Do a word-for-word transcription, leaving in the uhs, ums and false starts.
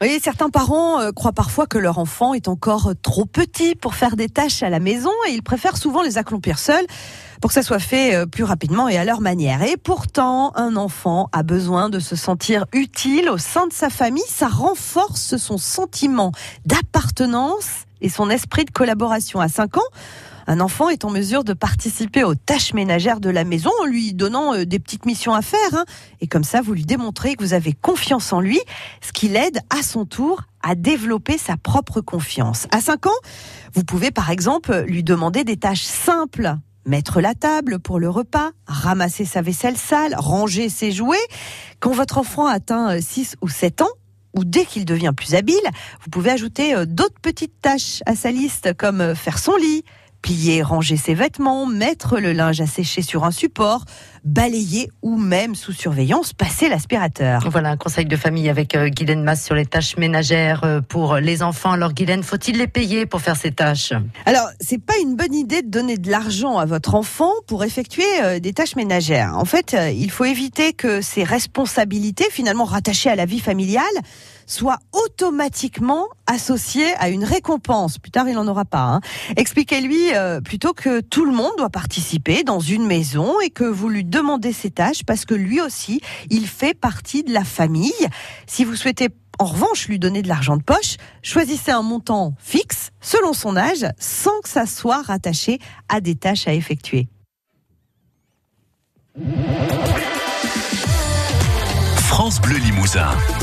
Oui, certains parents euh, croient parfois que leur enfant est encore trop petit pour faire des tâches à la maison et ils préfèrent souvent les accomplir seuls pour que ça soit fait euh, plus rapidement et à leur manière. Et pourtant, un enfant a besoin de se sentir utile au sein de sa famille. Ça renforce son sentiment d'appartenance et son esprit de collaboration. À cinq ans, un enfant est en mesure de participer aux tâches ménagères de la maison en lui donnant des petites missions à faire. Hein. Et comme ça, vous lui démontrez que vous avez confiance en lui, ce qui l'aide à son tour à développer sa propre confiance. À cinq ans, vous pouvez par exemple lui demander des tâches simples. Mettre la table pour le repas, ramasser sa vaisselle sale, ranger ses jouets. Quand votre enfant atteint six ou sept ans, ou dès qu'il devient plus habile, vous pouvez ajouter d'autres petites tâches à sa liste, comme faire son lit, plier, ranger ses vêtements, mettre le linge à sécher sur un support, balayer ou même sous surveillance, passer l'aspirateur. Voilà un conseil de famille avec euh, Guylaine Masse sur les tâches ménagères euh, pour les enfants. Alors Guylaine, faut-il les payer pour faire ces tâches ? Alors, c'est pas une bonne idée de donner de l'argent à votre enfant pour effectuer euh, des tâches ménagères. En fait, euh, il faut éviter que ces responsabilités, finalement rattachées à la vie familiale, soient automatiquement associées à une récompense. Plus tard, il n'en aura pas. Hein. Expliquez-lui euh, plutôt que tout le monde doit participer dans une maison et que vous lui demandez ces tâches parce que lui aussi, il fait partie de la famille. Si vous souhaitez en revanche lui donner de l'argent de poche, choisissez un montant fixe selon son âge sans que ça soit rattaché à des tâches à effectuer. France Bleu Limousin.